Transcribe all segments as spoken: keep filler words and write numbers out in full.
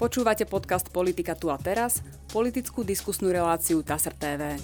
Počúvate podcast Politika tu a teraz, politickú diskusnú reláciu TASR té vé.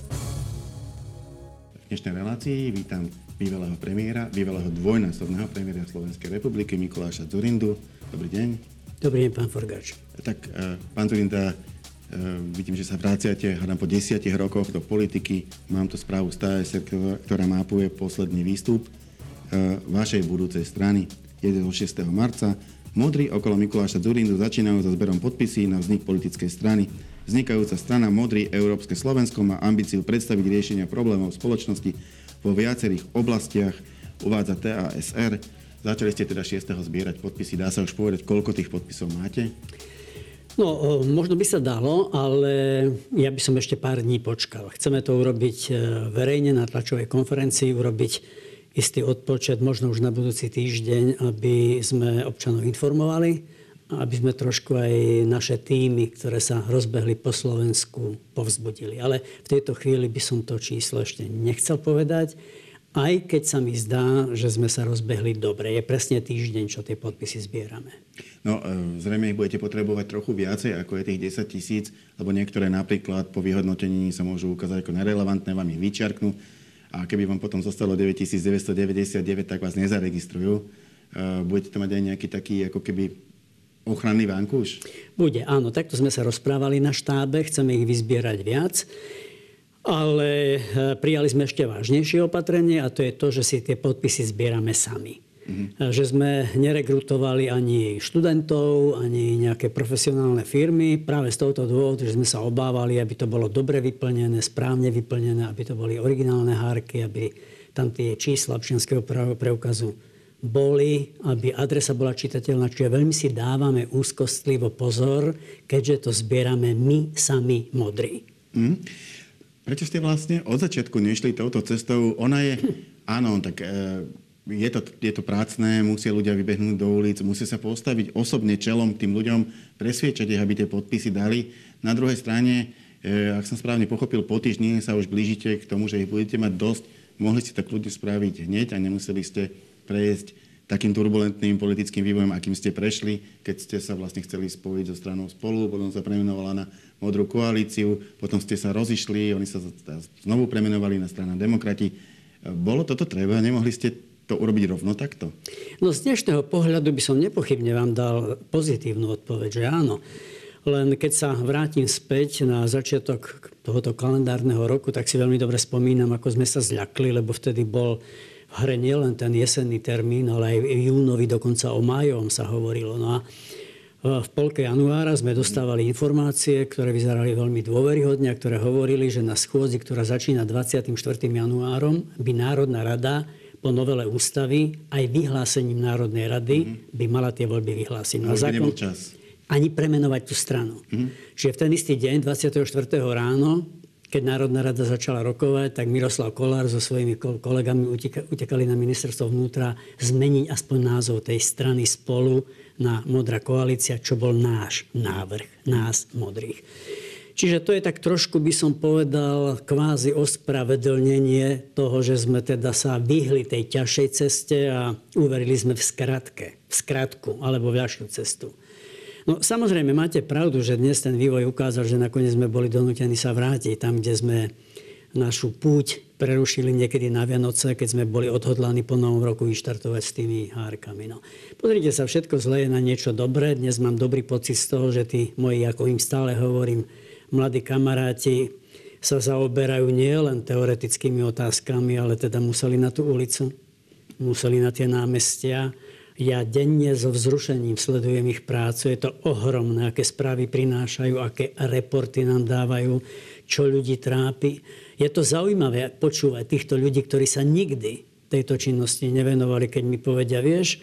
V dnešnej relácii vítam bývalého premiéra, bývalého dvojnásobného premiéra Slovenskej republiky Mikuláša Dzurindu. Dobrý deň. Dobrý deň, pán Forgáč. Tak, pán Dzurinda, vidím, že sa vraciate, hádam, po desiatich rokoch do politiky. Mám tu správu z té es er, ktorá mápuje posledný výstup vašej budúcej strany. Je to šiesteho marca. Modrí okolo Mikuláša Dzurindu začínajú so zberom podpisí na vznik politickej strany. Vznikajúca strana Modrí Európske Slovensko má ambíciu predstaviť riešenia problémov spoločnosti vo viacerých oblastiach, uvádza té a es er. Začali ste teda šiesteho zbierať podpisy. Dá sa už povedať, koľko tých podpisov máte? No, možno by sa dalo, ale ja by som ešte pár dní počkal. Chceme to urobiť verejne na tlačovej konferencii, urobiť istý odpočet, možno už na budúci týždeň, aby sme občanov informovali, aby sme trošku aj naše týmy, ktoré sa rozbehli po Slovensku, povzbudili. Ale v tejto chvíli by som to číslo ešte nechcel povedať, aj keď sa mi zdá, že sme sa rozbehli dobre. Je presne týždeň, čo tie podpisy zbierame. No, zrejme ich budete potrebovať trochu viacej, ako je tých desať tisíc, lebo niektoré napríklad po vyhodnotení sa môžu ukázať ako nerelevantné, vám ich vyčiarknú. A keby vám potom zostalo deväťtisícdeväťstodeväťdesiatdeväť, tak vás nezaregistrujú. Budete to mať aj nejaký taký, ako keby ochranný vankúš? Bude, áno. Takto sme sa rozprávali na štábe. Chceme ich vyzbierať viac. Ale prijali sme ešte vážnejšie opatrenie a to je to, že si tie podpisy zbierame sami. Mm-hmm. Že sme nerekrutovali ani študentov, ani nejaké profesionálne firmy. Práve z tohto dôvodu, že sme sa obávali, aby to bolo dobre vyplnené, správne vyplnené, aby to boli originálne hárky, aby tam tie čísla občianskeho preukazu boli, aby adresa bola čitateľná. Čiže veľmi si dávame úzkostlivo pozor, keďže to zbierame my sami modrí. Mm. Prečo ste vlastne od začiatku nešli touto cestou? Ona je, áno, tak e, je, to, je to prácne, musia ľudia vybehnúť do ulic, musia sa postaviť osobne čelom k tým ľuďom, presviečať ich, aby tie podpisy dali. Na druhej strane, e, ak som správne pochopil, po týždni sa už blížite k tomu, že ich budete mať dosť. Mohli ste tak ľudí spraviť hneď a nemuseli ste prejsť takým turbulentným politickým vývojom, akým ste prešli, keď ste sa vlastne chceli spojiť so stranou Spolu, potom sa premenovala na Modrú koalíciu, potom ste sa rozišli, oni sa znovu premenovali na strana Demokrati. Bolo toto treba? Nemohli ste to urobiť rovno takto? No z dnešného pohľadu by som nepochybne vám dal pozitívnu odpoveď, že áno. Len keď sa vrátim späť na začiatok tohoto kalendárneho roku, tak si veľmi dobre spomínam, ako sme sa zľakli, lebo vtedy bol v hre nielen ten jesenný termín, ale aj v júnovi, dokonca o májovom sa hovorilo. No a v polke januára sme dostávali informácie, ktoré vyzerali veľmi dôveryhodne a ktoré hovorili, že na schôdzi, ktorá začína dvadsiatym štvrtým januárom, by Národná rada po novele ústavy aj vyhlásením Národnej rady mm-hmm. by mala tie voľby vyhlásiť. No, už by nebol čas. Ani premenovať tú stranu. Mm-hmm. Čiže v ten istý deň, dvadsiateho štvrtého ráno, keď Národná rada začala rokovať, tak Miroslav Kollár so svojimi kolegami utekali na ministerstvo vnútra zmeniť aspoň názov tej strany Spolu na Modrá koalícia, čo bol náš návrh, nás modrých. Čiže to je tak trošku, by som povedal, kvázi ospravedlnenie toho, že sme teda sa vyhli tej ťažšej ceste a uverili sme v skratke, v skratku alebo v ľahšiu cestu. No samozrejme, máte pravdu, že dnes ten vývoj ukázal, že nakoniec sme boli donútení sa vrátiť tam, kde sme našu púť prerušili niekedy na Vianoce, keď sme boli odhodlaní po novom roku vyštartovať s tými hárkami. No. Pozrite sa, všetko zlé je na niečo dobré. Dnes mám dobrý pocit z toho, že tí moji, ako im stále hovorím, mladí kamaráti sa zaoberajú nielen teoretickými otázkami, ale teda museli na tú ulicu, museli na tie námestia. Ja denne so vzrušením sledujem ich prácu. Je to ohromné, aké správy prinášajú, aké reporty nám dávajú, čo ľudí trápi. Je to zaujímavé počúvať týchto ľudí, ktorí sa nikdy tejto činnosti nevenovali, keď mi povedia, vieš,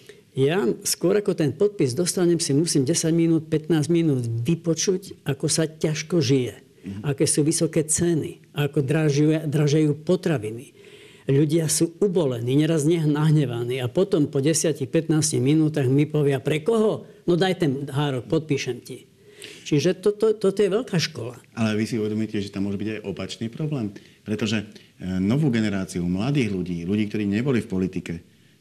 ja skôr ako ten podpis dostanem, si musím desať minút, pätnásť minút vypočuť, ako sa ťažko žije, aké sú vysoké ceny, ako dražejú potraviny. Ľudia sú ubolení, neraz nahnevaní a potom po desať až pätnásť minútach mi povia, pre koho? No daj ten hárok, podpíšem ti. Čiže to, to, toto je veľká škola. Ale vy si uvedomíte, že tam môže byť aj opačný problém. Pretože novú generáciu mladých ľudí, ľudí, ktorí neboli v politike,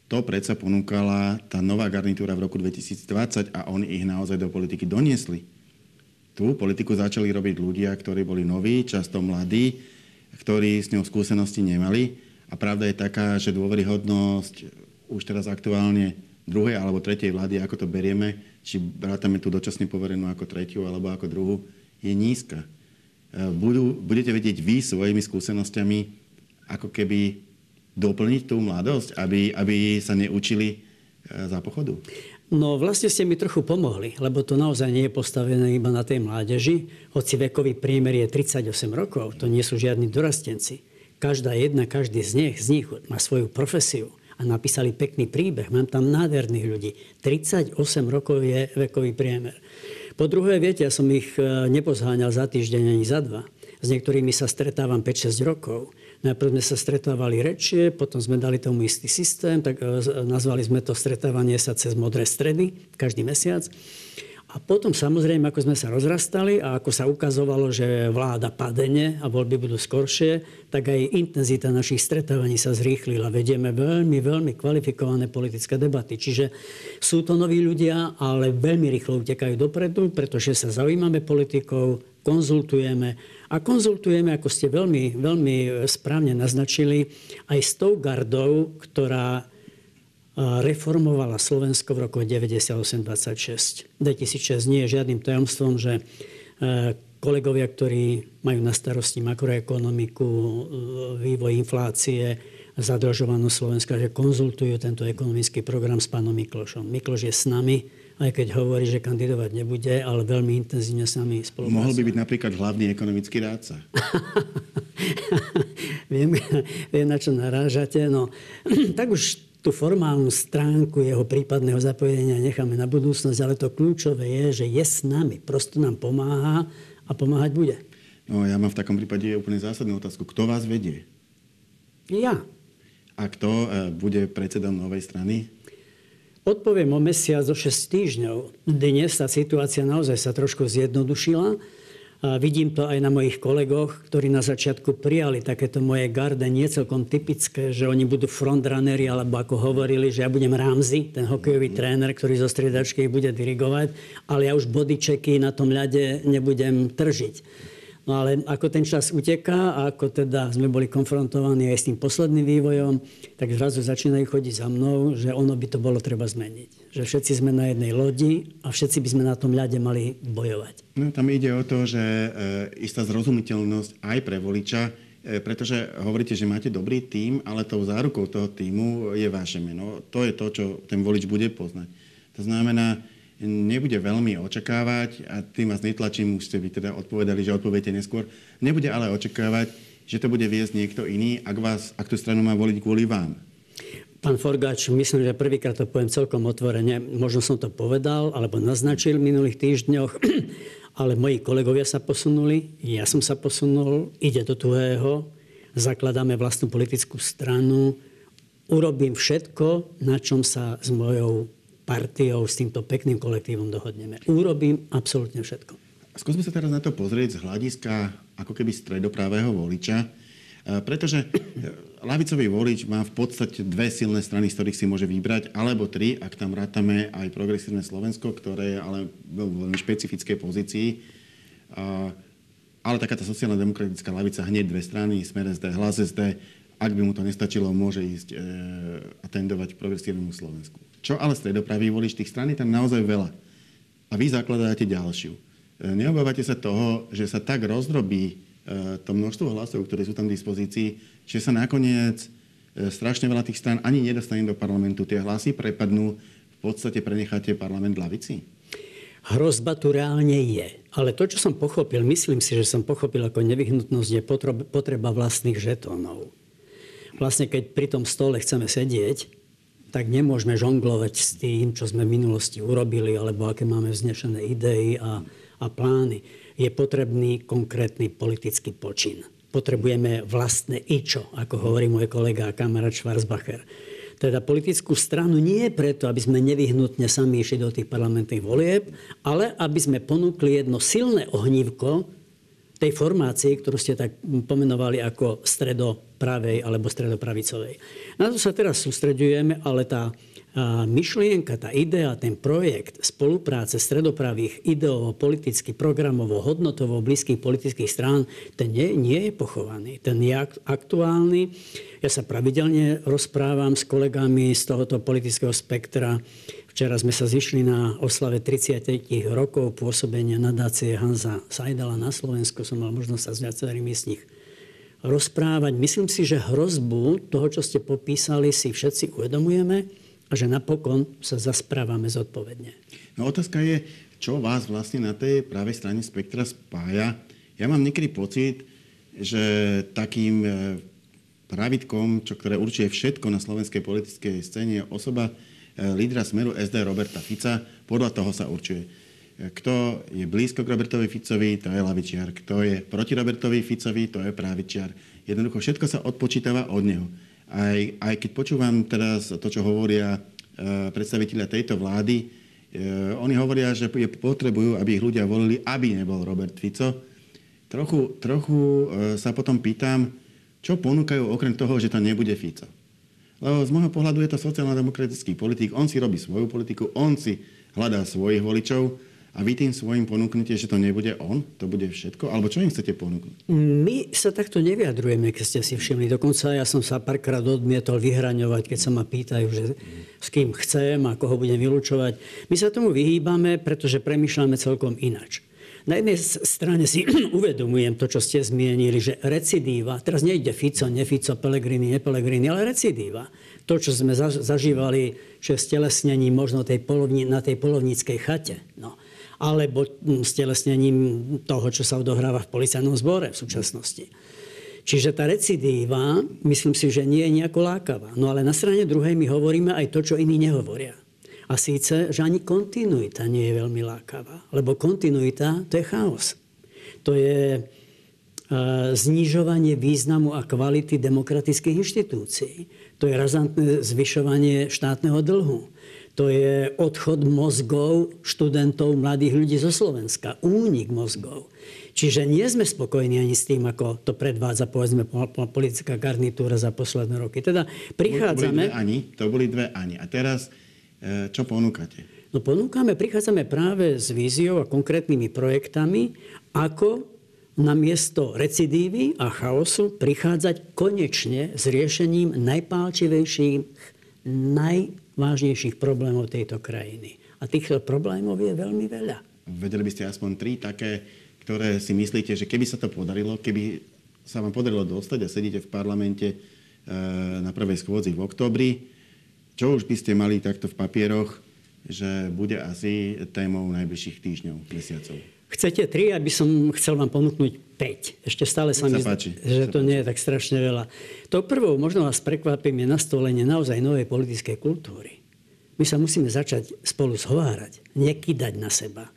To predsa ponúkala tá nová garnitúra v roku dvetisícdvadsať a oni ich naozaj do politiky doniesli. Tú politiku začali robiť ľudia, ktorí boli noví, často mladí, ktorí s ňou skúsenosti nemali. A pravda je taká, že dôveryhodnosť už teraz aktuálne druhej alebo tretej vlády, ako to berieme, či brátame tú dočasne poverenú ako tretiu alebo ako druhú, je nízka. Budú, budete vedieť vy svojimi skúsenosťami ako keby doplniť tú mladosť, aby, aby sa neučili za pochodu? No vlastne ste mi trochu pomohli, lebo to naozaj nie je postavené iba na tej mládeži. Hoci vekový priemer je tridsaťosem rokov, to nie sú žiadni dorastenci. Každá jedna, každý z nich, z nich má svoju profesiu a napísali pekný príbeh. Mám tam nádherných ľudí. tridsaťosem rokov je vekový priemer. Po druhé, viete, ja som ich nepozháňal za týždeň ani za dva. S niektorými sa stretávam päť šesť rokov. Najprv sme sa stretávali rečie, potom sme dali tomu istý systém, tak nazvali sme to stretávanie sa cez modré stredy každý mesiac. A potom samozrejme, ako sme sa rozrastali a ako sa ukazovalo, že vláda padne a voľby budú skoršie, tak aj intenzita našich stretávaní sa zrýchlila. Vedieme veľmi, veľmi kvalifikované politické debaty. Čiže sú to noví ľudia, ale veľmi rýchlo utekajú dopredu, pretože sa zaujímame politikou, konzultujeme a konzultujeme, ako ste veľmi, veľmi správne naznačili, aj s tou gardou, ktorá reformovala Slovensko v rokoch deväťdesiatosem dvadsaťšesť. dvetisícšesť nie je žiadnym tajomstvom, že kolegovia, ktorí majú na starosti makroekonomiku, vývoj inflácie, zadlžovanosť Slovenska, že konzultujú tento ekonomický program s pánom Miklošom. Mikloš je s nami, aj keď hovorí, že kandidovať nebude, ale veľmi intenzívne s nami spolupracuje. Mohol by byť napríklad hlavný ekonomický rádca. viem, viem, na čo narážate. No, tak už tú formálnu stránku jeho prípadného zapojenia necháme na budúcnosť, ale to kľúčové je, že je s nami. Prosto nám pomáha a pomáhať bude. No, ja mám v takom prípade úplne zásadnú otázku. Kto vás vedie? Ja. A kto bude predsedom novej strany? Odpoviem o mesiac zo šesť týždňov. Dnes tá situácia naozaj sa trošku zjednodušila. A vidím to aj na mojich kolegoch, ktorí na začiatku prijali takéto moje garde, nie celkom typické, že oni budú frontrunnery, alebo ako hovorili, že ja budem Ramsey, ten hokejový tréner, ktorý zo striedačky ich bude dirigovať, ale ja už bodychecky na tom ľade nebudem tržiť. No ale ako ten čas uteká a ako teda sme boli konfrontovaní aj s tým posledným vývojom, tak zrazu začínajú chodiť za mnou, že ono by to bolo treba zmeniť. Že všetci sme na jednej lodi a všetci by sme na tom ľade mali bojovať. No, tam ide o to, že e, istá zrozumiteľnosť aj pre voliča, e, pretože hovoríte, že máte dobrý tím, ale tou zárukou toho tímu je vaše meno. To je to, čo ten volič bude poznať. To znamená, nebude veľmi očakávať, a tým vás netlačím, už ste vy teda odpovedali, že odpoviete neskôr, nebude ale očakávať, že to bude viesť niekto iný, ak, vás, ak tú stranu má voliť kvôli vám. Pán Forgáč, myslím, že prvýkrát to poviem celkom otvorene. Možno som to povedal, alebo naznačil v minulých týždňoch, ale moji kolegovia sa posunuli, ja som sa posunul, ide do tuhého, zakladáme vlastnú politickú stranu, urobím všetko, na čom sa s mojou partiou, s týmto pekným kolektívom dohodneme. Urobím absolútne všetko. Skúsme sa teraz na to pozrieť z hľadiska ako keby stredopravého voliča, pretože ľavicový volič má v podstate dve silné strany, z ktorých si môže vybrať, alebo tri, ak tam rátame aj Progresívne Slovensko, ktoré je ale v veľmi špecifickej pozícii. Ale taká tá sociálna demokratická ľavica, hneď dve strany, Smer es dé, Hlas es dé, ak by mu to nestačilo, môže ísť e, a tendovať k Progresívnemu Slovensku. Čo ale stredopravý volič, tých strán je tam naozaj veľa. A vy zakladáte ďalšiu. E, neobávate sa toho, že sa tak rozdrobí e, to množstvo hlasov, ktoré sú tam v dispozícii, že sa nakoniec e, strašne veľa tých strán ani nedostane do parlamentu. Tie hlasy prepadnú, v podstate prenecháte parlament ľavici? Hrozba tu reálne je. Ale to, čo som pochopil, myslím si, že som pochopil ako nevyhnutnosť, je potreba vlastných žetónov. Vlastne, keď pri tom stole chceme sedieť, tak nemôžeme žonglovať s tým, čo sme v minulosti urobili, alebo aké máme vznešené idei a, a plány. Je potrebný konkrétny politický počin. Potrebujeme vlastné ičo, ako hovorí môj kolega a kamarát Schwarzbacher. Teda politickú stranu nie preto, aby sme nevyhnutne sami išli do tých parlamentných volieb, ale aby sme ponúkli jedno silné ohnívko tej formácii, ktorú ste tak pomenovali ako stredo pravej alebo stredopravicovej. Na to sa teraz sústreďujeme, ale tá myšlienka, tá idea, ten projekt spolupráce stredopravých ideovo, politicky, programovo, hodnotovo blízkych politických strán, ten nie, nie je pochovaný. Ten je aktuálny. Ja sa pravidelne rozprávam s kolegami z tohoto politického spektra. Včera sme sa zišli na oslave tridsať rokov pôsobenia nadácie Hansa Seidela na Slovensku. Som mal možnosť sa s viacerými z nich rozprávať. Myslím si, že hrozbu toho, čo ste popísali, si všetci uvedomujeme a že napokon sa zasprávame zodpovedne. No otázka je, čo vás vlastne na tej pravej strane spektra spája. Ja mám niekedy pocit, že takým pravidkom, čo, ktoré určuje všetko na slovenskej politickej scéne, je osoba lídra Smeru es dé Roberta Fica. Podľa toho sa určuje. Kto je blízko k Robertovi Ficovi, to je lavičiar. Kto je proti Robertovi Ficovi, to je pravičiar. Jednoducho všetko sa odpočítava od neho. Aj, aj keď počúvam teraz to, čo hovoria e, predstavitelia tejto vlády, e, oni hovoria, že je, potrebujú, aby ich ľudia volili, aby nebol Robert Fico. Trochu, trochu e, sa potom pýtam, čo ponúkajú okrem toho, že to nebude Fico. Lebo z môjho pohľadu je to sociálno-demokratický politik, on si robí svoju politiku, on si hľadá svojich voličov, a vy tým svojim ponúknete, že to nebude on? To bude všetko? Alebo čo im chcete ponúknuť? My sa takto nevyjadrujeme, keď ste si všimli. Dokonca ja som sa párkrát odmietol vyhraňovať, keď sa ma pýtajú, že s kým chcem a koho budem vylúčovať. My sa tomu vyhýbame, pretože premýšľame celkom inač. Na jednej strane si uvedomujem to, čo ste zmienili, že recidíva, teraz nejde Fico, nefico, Pellegrini, nepelegrini, ale recidíva. To, čo sme zažívali, že stelesnení možno tej polovni, na tej polovníckej chate, no, alebo stelesnením toho, čo sa odohráva v policajnom zbore v súčasnosti. Čiže tá recidíva, myslím si, že nie je nejako lákavá. No ale na strane druhej my hovoríme aj to, čo iní nehovoria. A síce, že ani kontinuita nie je veľmi lákavá. Lebo kontinuita, to je chaos. To je e, znižovanie významu a kvality demokratických inštitúcií. To je razantné zvyšovanie štátneho dlhu. To je odchod mozgov študentov, mladých ľudí zo Slovenska. Únik mozgov. Čiže nie sme spokojní ani s tým, ako to predvádza, povedzme, politická garnitúra za posledné roky. Teda prichádzame... To boli dve ani. To boli dve ani. A teraz, čo ponúkate? No ponúkame, prichádzame práve s víziou a konkrétnymi projektami, ako namiesto recidívy a chaosu prichádzať konečne s riešením najpálčivejších, najvážnejších problémov tejto krajiny. A týchto problémov je veľmi veľa. Vedeli by ste aspoň tri také, ktoré si myslíte, že keby sa to podarilo, keby sa vám podarilo dostať a sedíte v parlamente e, na prvej schôdzi v októbri, čo už by ste mali takto v papieroch, že bude asi témou najbližších týždňov, mesiacov? Chcete tri, aby som chcel vám ponúknuť päť. Ešte stále sa mi zdá, že to nie je tak strašne veľa. To prvou, možno vás prekvapím, je nastolenie naozaj novej politickej kultúry. My sa musíme začať spolu zhovárať, nekydať na seba.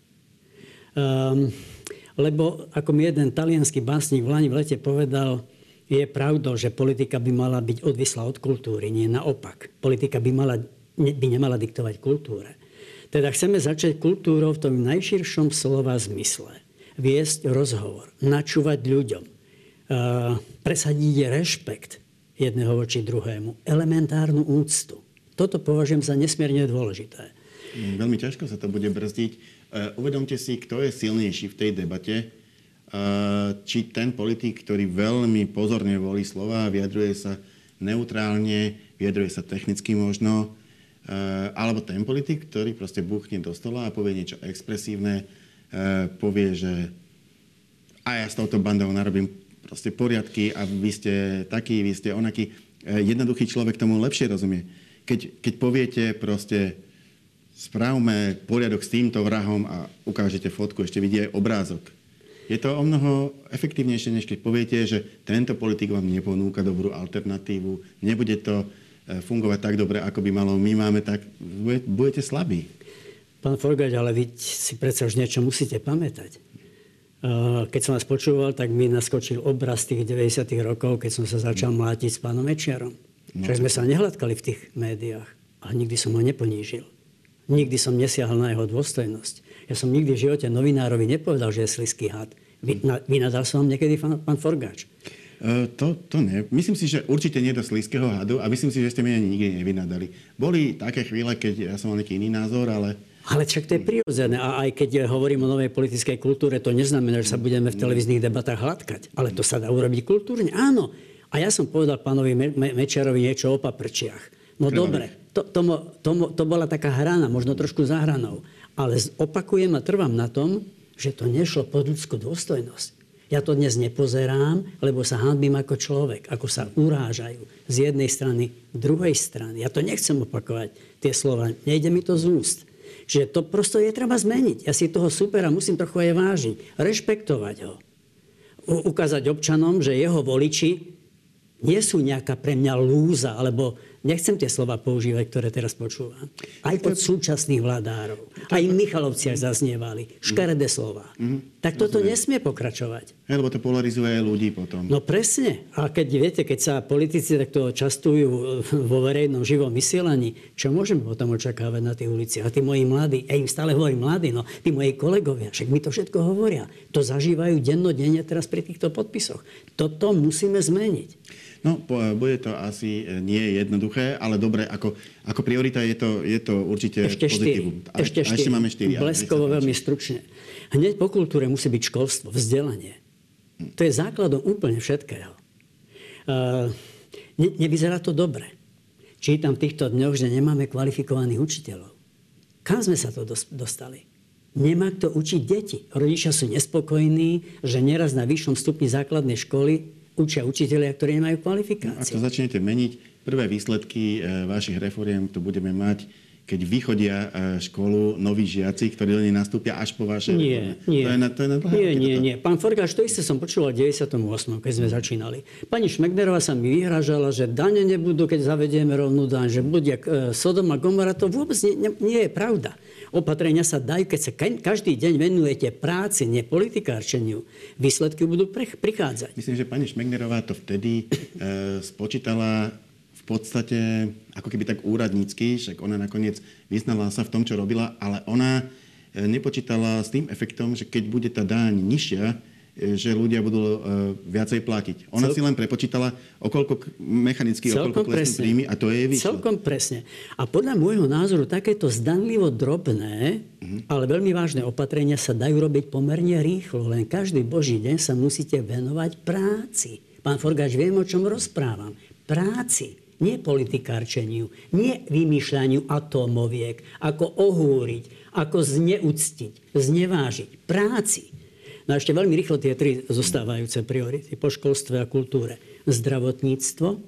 Um, lebo, ako mi jeden taliansky básnik v lani v lete povedal, je pravdou, že politika by mala byť odvislá od kultúry, nie naopak. Politika by, mala, by nemala diktovať kultúre. Teda chceme začať kultúrou v tom najširšom slova zmysle. Viesť rozhovor, načúvať ľuďom, uh, presadiť rešpekt jedného voči druhému, elementárnu úctu. Toto považujem za nesmierne dôležité. Veľmi ťažko sa to bude brzdiť. Uh, uvedomte si, kto je silnejší v tej debate. Uh, či ten politik, ktorý veľmi pozorne volí slova, vyjadruje sa neutrálne, vyjadruje sa technicky možno, Uh, alebo ten politik, ktorý proste buchne do stola a povie niečo expresívne, uh, povie, že a ja s touto bandou narobím proste poriadky a vy ste takí, vy ste onakí. Uh, jednoduchý človek tomu lepšie rozumie. Keď, keď poviete proste spravme poriadok s týmto vrahom a ukážete fotku, ešte vidí aj obrázok. Je to o mnoho efektívnejšie, než keď poviete, že tento politik vám neponúka dobrú alternatívu, nebude to fungovať tak dobre, ako by malo. My máme tak, budete slabí. Pán Forgáč, ale vy si predsa už niečo musíte pamätať. Keď som vás počúval, tak mi naskočil obraz tých deväťdesiatych rokov, keď som sa začal mlátiť s pánom Mečiarom. No, Však sme sa nehľadkali v tých médiách, ale nikdy som ho neponížil. Nikdy som nesiahal na jeho dôstojnosť. Ja som nikdy v živote novinárovi nepovedal, že je sliský had. Vynadal som vám niekedy, pán Forgáč? Uh, to, to nie. Myslím si, že určite nie do slízkeho hadu a myslím si, že ste mi ani nikdy nevynadali. Boli také chvíle, keď ja som mal nejaký iný názor, ale... Ale však to je prirodzené. A aj keď hovorím o novej politickej kultúre, to neznamená, že sa budeme v televíznych debatách hladkať. Ale to sa dá urobiť kultúrne. Áno. A ja som povedal pánovi Me- Me- Mečerovi niečo o paprčiach. No dobre, to, to, to, to bola taká hrana, možno trošku za hranou. Ale opakujem a trvám na tom, že to nešlo pod ľudskú dôstojnosť. Ja to dnes nepozerám, lebo sa hanbím ako človek, ako sa urážajú z jednej strany, druhej strany. Ja to nechcem opakovať, tie slova. Nejde mi to z úst. Že to prosto je treba zmeniť. Ja si toho supera musím trochu aj vážiť. Rešpektovať ho. U- ukázať občanom, že jeho voliči nie sú nejaká pre mňa lúza, alebo nechcem tie slova používať, ktoré teraz počúvam. Aj pod súčasných vládárov. Aj v Michalovciach zaznievali škaredé slova. Mm-hmm. Tak toto nesmie pokračovať. Hej, lebo to polarizuje aj ľudí potom. No presne. A keď viete, keď sa politici takto častujú vo verejnom živom vysielaní, čo môžeme potom očakávať na tých uliciach? A tí moji mladí, ja im stále hovorím mladí, no, tí moji kolegovia, však mi to všetko hovoria. To zažívajú dennodenne teraz pri týchto podpisoch. Toto musíme zmeniť. No, bude to asi nie jednoduché, ale dobre, ako, ako priorita je to, je to určite ešte pozitívum. Štyri. Ešte štyri. A ešte máme štyri. Bleskovo veľmi stručne. Hneď po kultúre musí byť školstvo, vzdelanie. Hm. To je základom úplne všetkého. Uh, ne, nevyzerá to dobre. Čítam v týchto dňoch, že nemáme kvalifikovaných učiteľov. Kam sme sa to dostali? Nemá kto učiť deti. Rodičia sú nespokojní, že neraz na vyššom stupni základnej školy učia učitelia, ktorí nemajú kvalifikáciu. No, ak to začnete meniť, prvé výsledky e, vašich reforiem tu budeme mať, keď vychodia e, školu noví žiaci, ktorí do nej nastúpia až po vašej nie, reforme. Nie, to je na, to je na nie, nie, nie. Pán Forgáč, to isté som počúval v deväťdesiatom ôsmom, keď sme začínali. Pani Šmegnerová sa mi vyhrážala, že dane nebudú, keď zavedieme rovnú daň, že bude e, Sodom a Gomora. To vôbec nie, nie, nie je pravda. Opatrenia sa dajú, keď sa každý deň venujete práci, nie politikárčeniu. Výsledky budú prichádzať. Myslím, že pani Šmegnerová to vtedy e, spočítala v podstate ako keby tak úradnícky, však ona nakoniec vyznala sa v tom, čo robila, ale ona e, nepočítala s tým efektom, že keď bude tá daň nižšia, že ľudia budú uh, viacej platiť. Ona Cel... si len prepočítala, okoľko mechanicky, okoľko klesnú príjmy a to je vyšlo. Celkom presne. A podľa môjho názoru takéto zdanlivo drobné, uh-huh. ale veľmi vážne opatrenia sa dajú robiť pomerne rýchlo. Len každý boží deň sa musíte venovať práci. Pán Forgáč, viem, o čom rozprávam. Práci. Nie politikárčeniu, nie vymýšľaniu atómoviek, ako ohúriť, ako zneúctiť, znevážiť. Práci. No a ešte veľmi rýchlo tie tri zostávajúce priority po školstve a kultúre. Zdravotníctvo,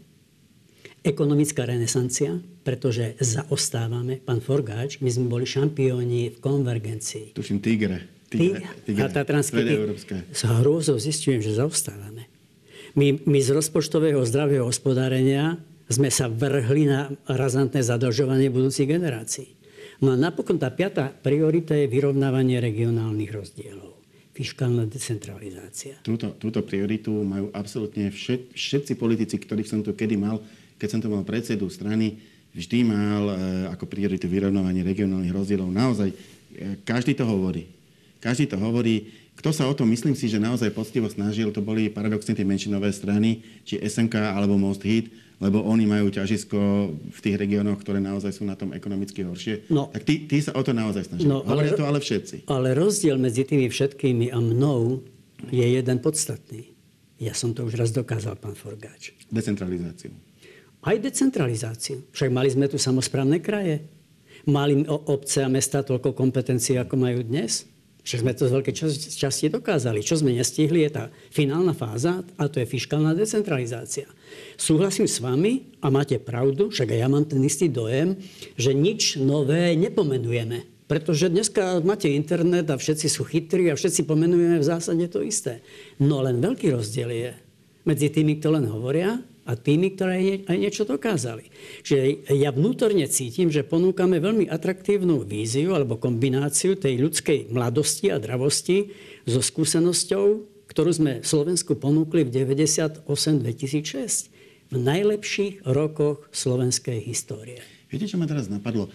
ekonomická renesancia, pretože zaostávame. Pán Forgáč, my sme boli šampióni v konvergencii. Tuším Tigre. Tigre. Tigre. A Tatranské s hrôzou zistujem, že zaostávame. My, my z rozpočtového zdravého hospodárenia sme sa vrhli na razantné zadlžovanie budúcich generácií. No a napokon tá piatá priorita je vyrovnávanie regionálnych rozdielov. Fiškálna decentralizácia. Túto, túto prioritu majú absolútne všet, všetci politici, ktorých som tu kedy mal, keď som tu mal predsedu strany, vždy mal e, ako prioritu vyrovnávanie regionálnych rozdielov. Naozaj, e, každý to hovorí. Každý to hovorí. Kto sa o to, myslím si, že naozaj poctivo snažil, to boli paradoxne tie menšinové strany, či es en ká alebo Most Hit, lebo oni majú ťažisko v tých regiónoch, ktoré naozaj sú na tom ekonomicky horšie. No, tak tí, tí sa o to naozaj snažili. No, Hovoria to ale všetci. Ale rozdiel medzi tými všetkými a mnou je jeden podstatný. Ja som to už raz dokázal, pán Forgáč. Decentralizáciu. Aj decentralizáciu. Však mali sme tu samosprávne kraje. Mali obce a mesta toľko kompetencií, ako majú dnes. Však sme to z veľkej časti dokázali. Čo sme nestihli, je tá finálna fáza, a to je fiškálna decentralizácia. Súhlasím s vami a máte pravdu, však aj ja mám ten istý dojem, že nič nové nepomenujeme. Pretože dneska máte internet a všetci sú chytrí a všetci pomenujeme v zásade to isté. No len veľký rozdiel je medzi tými, kto len hovoria, a tými, ktoré aj niečo dokázali. Čiže ja vnútorne cítim, že ponúkame veľmi atraktívnu víziu alebo kombináciu tej ľudskej mladosti a dravosti so skúsenosťou, ktorú sme Slovensku ponúkli v deväťdesiatosem dvetisícšesť. V najlepších rokoch slovenskej histórie. Viete, čo ma teraz napadlo?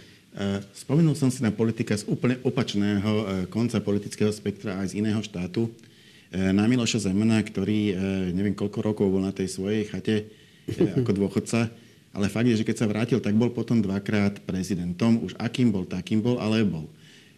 Spomenul som si na politika z úplne opačného konca politického spektra aj z iného štátu. na Miloša Zemana, ktorý neviem koľko rokov bol na tej svojej chate ako dôchodca, ale fakt je, že keď sa vrátil, tak bol potom dvakrát prezidentom. Už akým bol, takým bol, ale bol.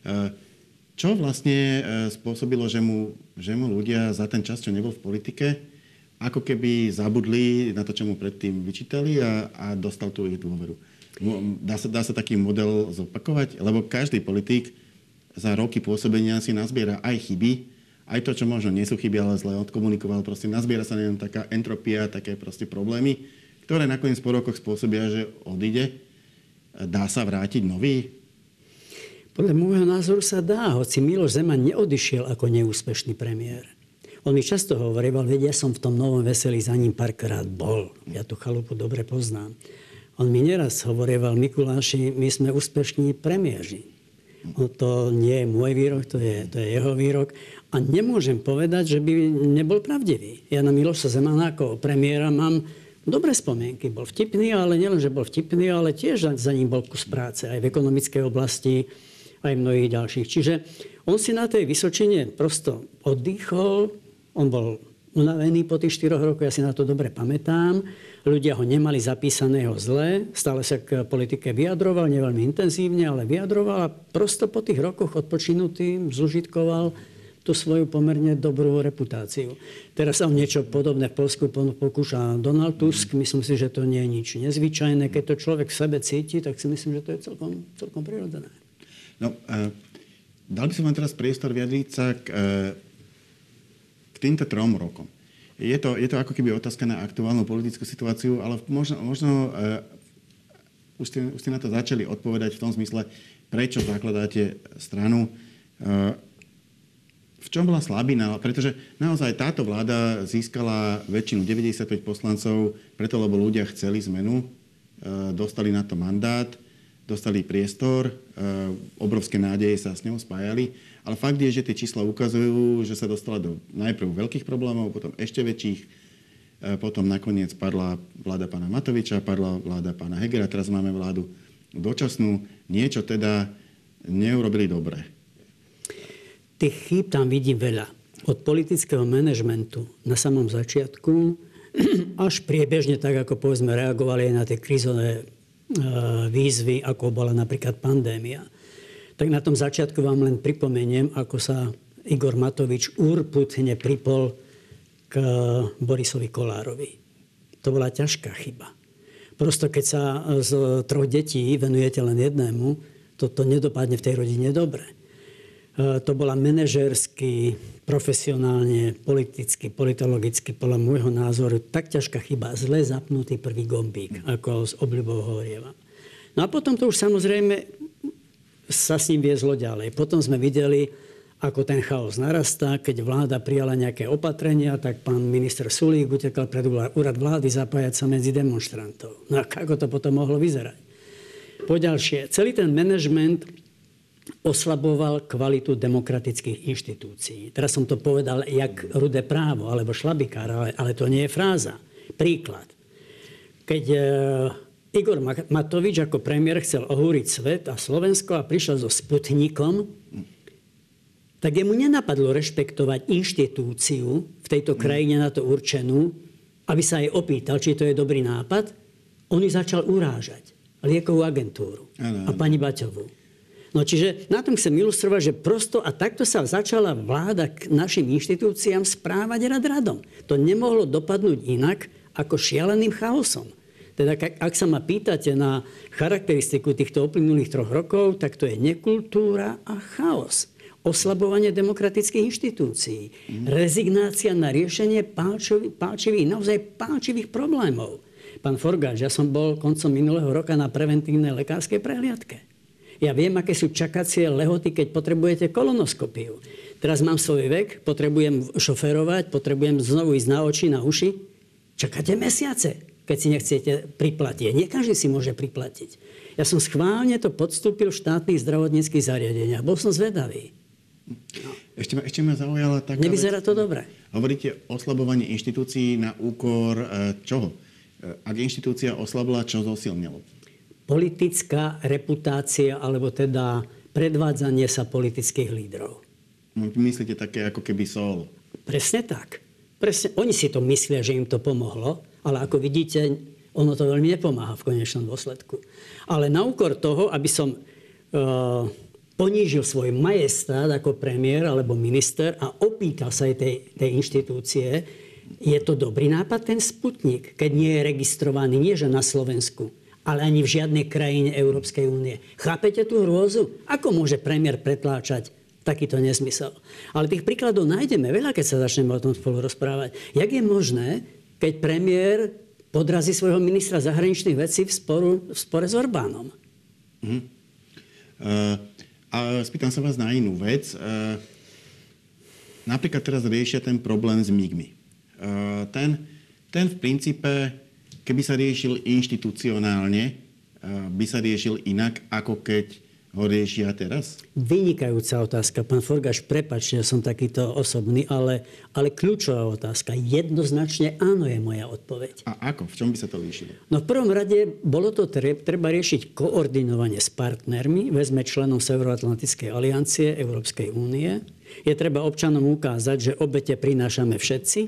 Čo vlastne spôsobilo, že mu, že mu ľudia za ten čas, čo nebol v politike, ako keby zabudli na to, čo mu predtým vyčítali a, a dostal tú ich dôveru. Dá sa, dá sa taký model zopakovať? Lebo každý politik za roky pôsobenia si nazbiera aj chyby, aj to, čo možno nie sú chyby, ale zle odkomunikoval. Proste nazbiera sa na ňom taká entropia, také proste problémy, ktoré nakoniec po rokoch spôsobia, že odíde. Dá sa vrátiť nový? Podľa môjho názoru sa dá, hoci Miloš Zeman neodišiel ako neúspešný premiér. On mi často hovoril, veď ja som v tom Novom Veselí za ním párkrát bol. Ja tú chalupu dobre poznám. On mi neraz hovorieval, Mikuláši, my sme úspešní premiéri. No, to nie je môj výrok, to je, to je jeho výrok. A nemôžem povedať, že by nebol pravdivý. Ja na Miloša Zemana ako premiéra mám dobré spomienky. Bol vtipný, ale nielen, že bol vtipný, ale tiež za ním bol kus práce. Aj v ekonomickej oblasti, aj v mnohých ďalších. Čiže on si na tej Vysočine prosto oddychol. On bol unavený po tých štyroch rokoch, ja si na to dobre pamätám. Ľudia ho nemali zapísaného zle, stále sa k politike vyjadroval, neveľmi intenzívne, ale vyjadroval a prosto po tých rokoch odpočinutý zužitkoval tú svoju pomerne dobrú reputáciu. Teraz sa o niečo podobné v Poľsku pokúša Donald Tusk. Myslím si, že to nie je nič nezvyčajné. Keď to človek v sebe cíti, tak si myslím, že to je celkom, celkom prirodzené. No, uh, dal by som vám teraz priestor vyjadriť sa k, uh, k týmto trom rokom. Je to, je to ako keby otázka na aktuálnu politickú situáciu, ale možno, možno uh, už, ste, už ste na to začali odpovedať v tom zmysle, prečo zakladáte stranu. Uh, v čom bola slabina? Pretože naozaj táto vláda získala väčšinu deväťdesiatpäť poslancov, preto lebo ľudia chceli zmenu, uh, dostali na to mandát, dostali priestor, obrovské nádeje sa s ňou spájali, ale fakt je, že tie čísla ukazujú, že sa dostala do najprv veľkých problémov, potom ešte väčších, potom nakoniec padla vláda pána Matoviča, padla vláda pána Hegera, teraz máme vládu dočasnú. Niečo teda neurobili dobre. Tých chýb tam vidím veľa. Od politického manažmentu na samom začiatku až priebežne, tak ako povedzme, reagovali aj na tie krízové výzvy, ako bola napríklad pandémia. Tak na tom začiatku vám len pripomeniem, ako sa Igor Matovič urputne pripol k Borisovi Kollárovi. To bola ťažká chyba. Prosto keď sa z troch detí venujete len jednému, toto nedopadne v tej rodine dobre. To bola manažérsky, profesionálne, politicky, politologicky, podľa môjho názoru, tak ťažká chyba, zle zapnutý prvý gombík, ako s obľubou hovorievam. No a potom to už samozrejme sa s ním viezlo ďalej. Potom sme videli, ako ten chaos narastá. Keď vláda prijala nejaké opatrenia, tak pán minister Sulík utekal pred úrad vlády zapájať sa medzi demonstrantov. No a ako to potom mohlo vyzerať? Poďalšie, celý ten manažment oslaboval kvalitu demokratických inštitúcií. Teraz som to povedal jak rudé právo alebo šlabikár, ale, ale to nie je fráza. Príklad. Keď e, Igor Matovič ako premiér chcel ohúriť svet a Slovensko a prišiel so Sputnikom, tak jemu nenapadlo rešpektovať inštitúciu v tejto krajine na to určenú, aby sa jej opýtal, či to je dobrý nápad. On ju začal urážať. Liekovú agentúru a pani Baťovú. No čiže na tom chcem ilustrovať, že prosto a takto sa začala vláda k našim inštitúciám správať rad radom. To nemohlo dopadnúť inak ako šialeným chaosom. Teda ak sa ma pýtate na charakteristiku týchto uplynulých troch rokov, tak to je nekultúra a chaos. Oslabovanie demokratických inštitúcií. Mm. Rezignácia na riešenie pálčivých, pálčivých, naozaj pálčivých problémov. Pán Forgáč, ja som bol koncom minulého roka na preventívnej lekárskej prehliadke. Ja viem, aké sú čakacie lehoty, keď potrebujete kolonoskopiu. Teraz mám svoj vek, potrebujem šoférovať, potrebujem znovu ísť na oči, na uši. Čakáte mesiace, keď si nechcete priplatiť. Nie každý si môže priplatiť. Ja som schválne to podstúpil v štátnych zdravotníckych zariadeniach. Bol som zvedavý. No. Ešte, ma, ešte ma zaujala taká Nevyzerá vec. to dobre. Hovoríte o oslabovanie inštitúcií na úkor e, čoho? E, ak inštitúcia oslabila, čo zosilnilo? Politická reputácia, alebo teda predvádzanie sa politických lídrov. Myslíte také ako keby sol? Presne tak. Presne, oni si to myslia, že im to pomohlo, ale ako vidíte, ono to veľmi nepomáha v konečnom dôsledku. Ale na úkor toho, aby som uh, ponížil svoj majestát ako premiér alebo minister a opýtal sa aj tej, tej inštitúcie, je to dobrý nápad ten Sputnik, keď nie je registrovaný, nie že na Slovensku, ale ani v žiadnej krajine Európskej únie. Chápete tú hrôzu? Ako môže premiér pretláčať takýto nezmysel? Ale tých príkladov nájdeme veľa, keď sa začneme o tom spolu rozprávať. Jak je možné, keď premiér podrazí svojho ministra zahraničných vecí v, sporu, v spore s Orbánom? Mhm. Uh, a spýtam sa vás na inú vec. Uh, napríklad teraz riešia ten problém s migmi. Uh, ten, ten v princípe, keby sa riešil inštitucionálne, uh, by sa riešil inak, ako keď ho riešia teraz? Vynikajúca otázka. Pán Forgáč, prepáčte, že som takýto osobný, ale, ale kľúčová otázka. Jednoznačne áno je moja odpoveď. A ako? V čom by sa to líšilo? No v prvom rade bolo to treba riešiť koordinovanie s partnermi, vezme členom Severoatlantickej aliancie Európskej únie. Je treba občanom ukázať, že obete prinášame všetci,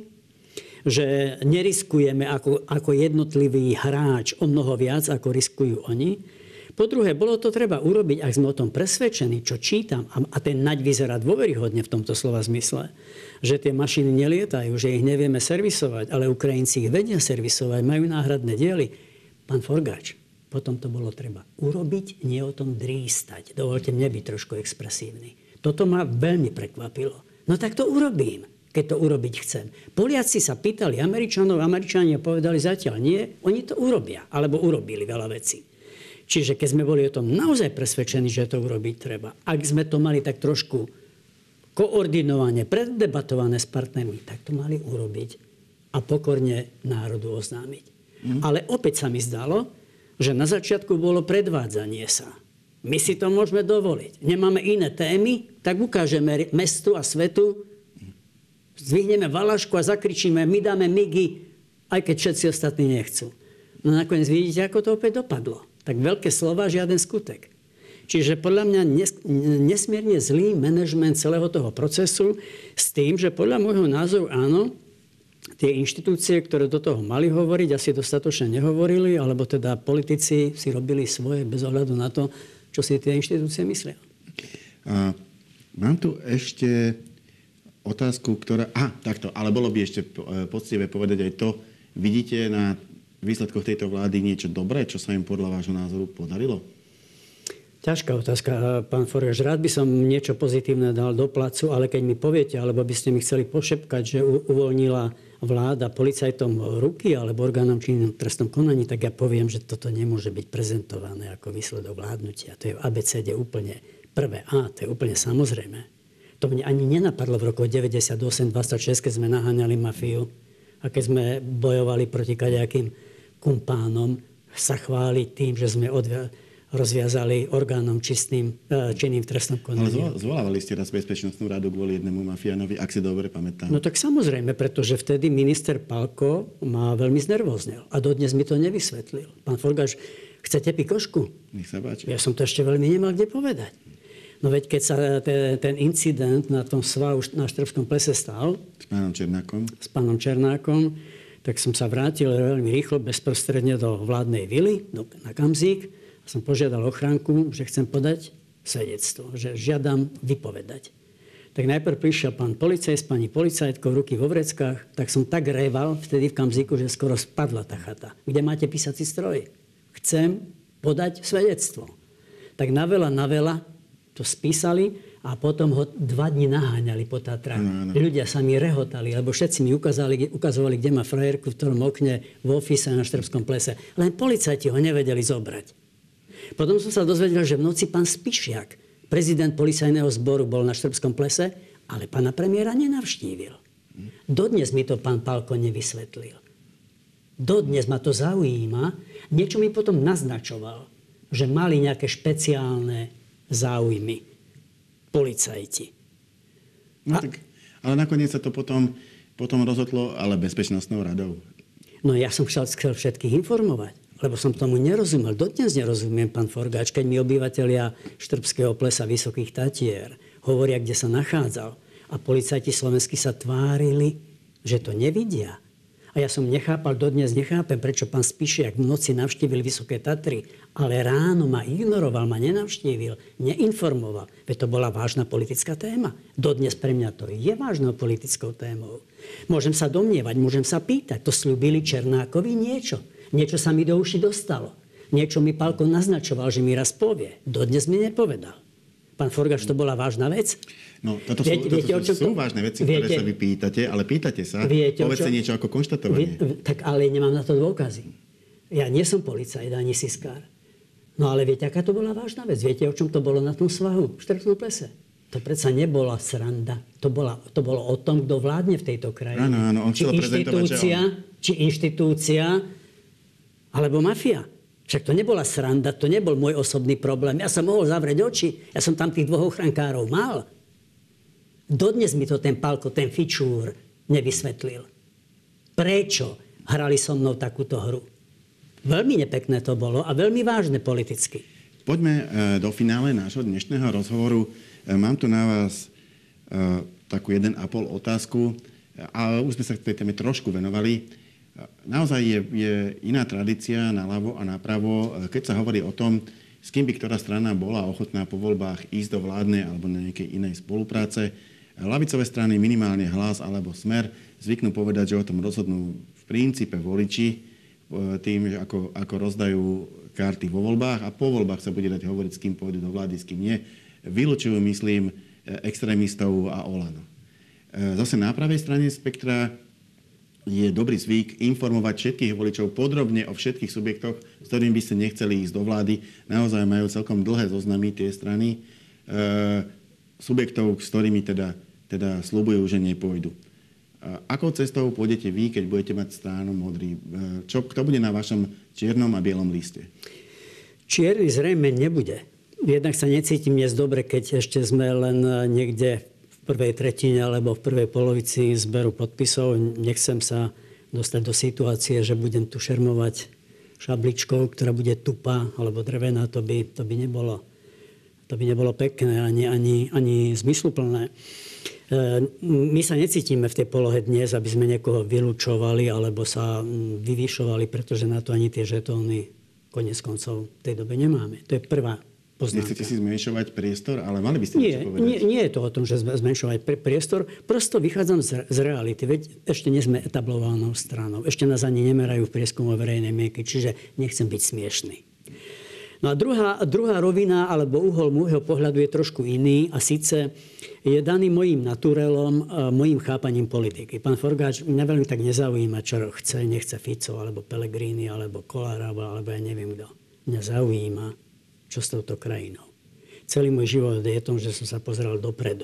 že neriskujeme ako, ako jednotlivý hráč o mnoho viac, ako riskujú oni. Po druhé, bolo to treba urobiť, ak sme o tom presvedčení, čo čítam, a ten naď vyzerá dôveryhodne v tomto slova zmysle, že tie mašiny nelietajú, že ich nevieme servisovať, ale Ukrajinci ich vedia servisovať, majú náhradné diely. Pán Forgáč, potom to bolo treba urobiť, nie o tom drístať. Dovolte mne byť trošku expresívny. Toto ma veľmi prekvapilo. No tak to urobím, keď to urobiť chcem. Poliaci sa pýtali Američanov, Američania povedali zatiaľ nie, oni to urobia, alebo urobili veľa vecí. Čiže keď sme boli o tom naozaj presvedčení, že to urobiť treba, ak sme to mali tak trošku koordinovane, preddebatované s partnermi, tak to mali urobiť a pokorne národu oznámiť. Mm. Ale opäť sa mi zdalo, že na začiatku bolo predvádzanie sa. My si to môžeme dovoliť. Nemáme iné témy, tak ukážeme mestu a svetu, zdvihneme valašku a zakričíme, my dáme migy, aj keď všetci ostatní nechcú. No nakoniec vidíte, ako to opäť dopadlo. Tak veľké slova, žiaden skutek. Čiže podľa mňa nesmierne zlý manažment celého toho procesu s tým, že podľa môjho názoru áno, tie inštitúcie, ktoré do toho mali hovoriť, asi dostatočne nehovorili, alebo teda politici si robili svoje bez ohľadu na to, čo si tie inštitúcie myslia. A mám tu ešte otázku, ktorá... Aha, takto, ale bolo by ešte poctivé povedať aj to, vidíte na výsledkoch tejto vlády niečo dobré, čo sa im podľa vášho názoru podarilo? Ťažká otázka, pán Forgáč. Rád by som niečo pozitívne dal do placu, ale keď mi poviete, alebo by ste mi chceli pošepkať, že uvoľnila vláda policajtom ruky alebo orgánom činným v trestnom konaní, tak ja poviem, že toto nemôže byť prezentované ako výsledok vládnutia. To je v á bé cé dé úplne prvé A, to je úplne samozrejme. To mne ani nenapadlo v roku deväťdesiatosem dvadsaťšesť, keď sme naháňali mafiu a keď sme bojovali proti kadejakým kumpánom, sa chváliť tým, že sme odvia- rozviazali orgánom čistým, činným v trestnom konaní. Ale zvolávali ste raz Bezpečnostnú radu kvôli jednému mafiánovi, ak si dobre pamätám. No tak samozrejme, pretože vtedy minister Palko ma veľmi znervoznel. A dodnes mi to nevysvetlil. Pán Forgáč, chcete pikošku? Nech sa páči. Ja som to ešte veľmi nemal kde povedať. No veď keď sa te, ten incident na tom svahu na Štrbskom plese stal... S pánom Černákom. S pánom Černákom, tak som sa vrátil veľmi rýchlo, bezprostredne do vládnej vily, do, na Kamzík. A som požiadal ochránku, že chcem podať svedectvo, že žiadam vypovedať. Tak najprv prišiel pán policajt s pani policajtkou, ruky vo vreckách, tak som tak réval vtedy v Kamzíku, že skoro spadla tá chata. Kde máte písací stroj? Chcem podať svedectvo. Tak na veľa, na veľa to spísali a potom ho dva dni naháňali po Tatrách. No, no. Ľudia sa mi rehotali, lebo všetci mi ukázali, ukazovali, kde má frajerku, v ktorom okne, v ofise na Štrbskom plese. Len policajti ho nevedeli zobrať. Potom som sa dozvedel, že v noci pán Spišiak, prezident policajného zboru, bol na Štrbskom plese, ale pána premiéra nenavštívil. Dodnes mi to pán Palko nevysvetlil. Dodnes ma to zaujíma. Niečo mi potom naznačoval, že mali nejaké špeciálne záujmy policajti. No tak, ale nakoniec sa to potom, potom rozhodlo, ale Bezpečnostnou radou. No ja som chcel, chcel všetkých informovať, lebo som tomu nerozumel. Dodnes nerozumiem, pán Forgáč, keď mi obyvatelia Štrbského plesa Vysokých Tatier hovoria, kde sa nachádzal. A A policajti slovenskí sa tvárili, že to nevidia. A ja som nechápal, dodnes nechápem, prečo pán Spišiak v noci navštívil Vysoké Tatry, ale ráno ma ignoroval, ma nenavštívil, neinformoval. Veď to bola vážna politická téma. Dodnes pre mňa to je vážnou politickou témou. Môžem sa domnievať, môžem sa pýtať. To sľúbili Černákovi niečo. Niečo sa mi do uši dostalo. Niečo mi Pálko naznačoval, že mi raz povie. Dodnes mi nepovedal. Pán Forgáč, to bola vážna vec? No, toto viete, sú, toto viete, sú, sú to... vážne veci, viete, ktoré sa vy pýtate, ale pýtate sa, viete, povedzte čo... niečo ako konštatovanie. Vie... Tak ale nemám na to dôkazy. Ja nie som policajt ani siskár. No ale viete, aká to bola vážna vec? Viete, o čom to bolo na tom svahu v Štrbskom plese? To predsa nebola sranda. To, bola, to bolo o tom, kto vládne v tejto krajine. Áno, áno, on či chcel prezentovať, že on... Či inštitúcia, alebo mafia. Však to nebola sranda, to nebol môj osobný problém. Ja som mohol zavrieť oči, ja som tam tých dvoch ochrankárov mal. Dodnes mi to ten Pálko, ten fičúr nevysvetlil. Prečo hrali so mnou takúto hru? Veľmi nepekné to bolo a veľmi vážne politicky. Poďme do finále nášho dnešného rozhovoru. Mám tu na vás takú jeden a pol otázku, a už sme sa k tej téme trošku venovali. Naozaj je, je iná tradícia naľavo a napravo, keď sa hovorí o tom, s kým by ktorá strana bola ochotná po voľbách ísť do vládnej alebo na nejakej inej spolupráce. Ľavicové strany, minimálne Hlas alebo Smer, zvyknú povedať, že o tom rozhodnú v princípe voliči tým, ako, ako rozdajú karty vo voľbách a po voľbách sa bude dať hovoriť, s kým pôjdu do vlády, s kým nie. Vylučujú, myslím, extrémistov a Olano. Zase na pravej strane spektra je dobrý zvyk informovať všetkých voličov podrobne o všetkých subjektoch, s ktorými by ste nechceli ísť do vlády. Naozaj majú celkom dlhé zoznamy tie strany e, subjektov, s ktorými teda, teda sľubujú, že nepôjdu. Akou cestou pôjdete vy, keď budete mať stranu modrý? Čo, kto bude na vašom čiernom a bielom liste? Čierny zrejme nebude. Jednak sa necítim dnes dobre, keď ešte sme len niekde v prvej tretine alebo v prvej polovici zberu podpisov. Nechcem sa dostať do situácie, že budem tu šermovať šabličkou, ktorá bude tupá alebo drevená. To by, to by, nebolo, to by nebolo pekné ani, ani, ani zmysluplné. My sa necítime v tej polohe dnes, aby sme niekoho vylúčovali alebo sa vyvyšovali, pretože na to ani tie žetóny konec koncov v tej dobe nemáme. To je prvá poznámka. Nechcete si zmenšovať priestor, ale mali by ste nie, niečo povedať. Nie, nie je to o tom, že zmenšovať priestor. Prosto vychádzam z, z reality. Veď ešte nie sme etablovanou stranou. Ešte nás ani nemerajú v prieskumu verejnej mienky, čiže nechcem byť smiešný. No a druhá, druhá rovina, alebo uhol môjho pohľadu je trošku iný a síce je daný mojím naturelom, mojím chápaním politiky. Pán Forgáč, mňa veľmi tak nezaujíma, čo chce, nechce Fico, alebo Pellegrini, alebo Kollár, alebo ja neviem kto. Mňa zaujíma, čo s touto krajinou. Celý môj život je tom, že som sa pozeral dopredu.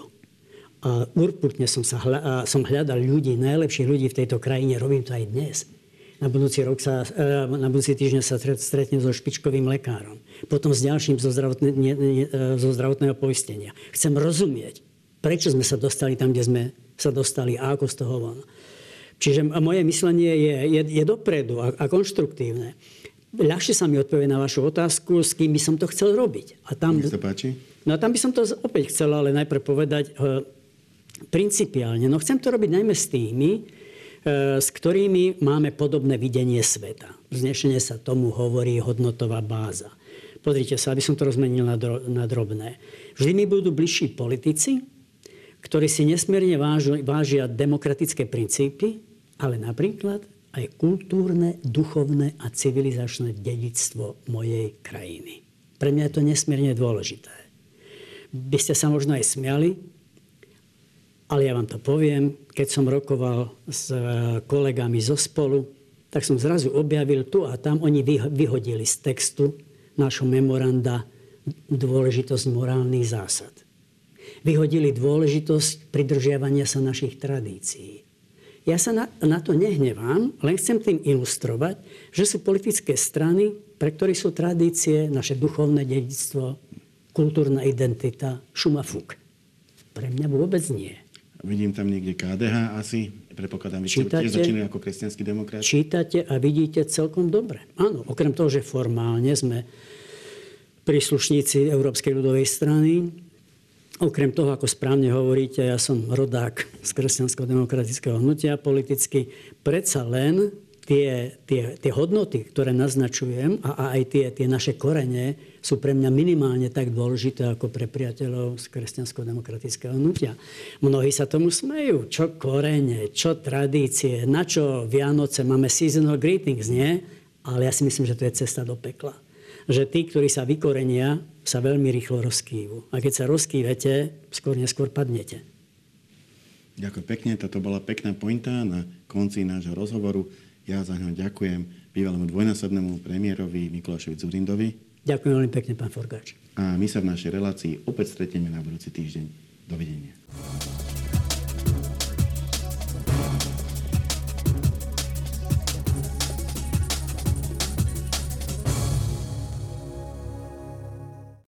A urputne som, sa hľa, som hľadal ľudí, najlepších ľudí v tejto krajine, robím to aj dnes. Na budúci rok sa, na budúci týždeň sa stretnem so špičkovým lekárom. Potom s ďalším zo, zdravotne, ne, ne, zo zdravotného poistenia. Chcem rozumieť, prečo sme sa dostali tam, kde sme sa dostali a ako z toho von. Čiže moje myslenie je, je, je dopredu a, a konštruktívne. Ľahšie sa mi odpovie na vašu otázku, s kým by som to chcel robiť. A tam, Nech sa páči. No a tam by som to opäť chcel, ale najprv povedať e, principiálne. No chcem to robiť najmä s tými, s ktorými máme podobné videnie sveta. Vznešene sa tomu hovorí hodnotová báza. Pozrite sa, aby som to rozmenil na, dro- na drobné. Vždy mi budú bližší politici, ktorí si nesmierne vážia, vážia demokratické princípy, ale napríklad aj kultúrne, duchovné a civilizačné dedičstvo mojej krajiny. Pre mňa je to nesmierne dôležité. By ste sa možno aj smiali, ale ja vám to poviem, keď som rokoval s kolegami zo Spolu, tak som zrazu objavil tu a tam, oni vyhodili z textu nášho memoranda dôležitosť morálnych zásad. Vyhodili dôležitosť pridržiavania sa našich tradícií. Ja sa na, na to nehnevám, len chcem tým ilustrovať, že sú politické strany, pre ktorých sú tradície, naše duchovné dedičstvo, kultúrna identita, šum a fúk. Pre mňa vôbec nie. Vidím tam niekde ká dé há asi. Predpokladám, že ste tiež začínali ako kresťanský demokrat. Čítate a vidíte celkom dobre. Áno, okrem toho, že formálne sme príslušníci Európskej ľudovej strany, Okrem toho, ako správne hovoríte, ja som rodák z kresťansko-demokratického hnutia politicky, predsa len tie, tie, tie hodnoty, ktoré naznačujem a, a aj tie, tie naše korene sú pre mňa minimálne tak dôležité ako pre priateľov z kresťansko-demokratického hnutia. Mnohí sa tomu smejú. Čo korene, čo tradície, na čo Vianoce, máme seasonal greetings, nie? Ale ja si myslím, že to je cesta do pekla. Že tí, ktorí sa vykorenia, sa veľmi rýchlo rozkývu. A keď sa rozkývete, skôr neskôr padnete. Ďakujem pekne. Toto bola pekná pointa na konci nášho rozhovoru. Ja za ňo ďakujem bývalému dvojnásobnému premiérovi Mikulášovi Dzurindovi. Ďakujem veľmi pekne, pán Forgáč. A my sa v našej relácii opäť stretieme na budúci týždeň. Dovidenia.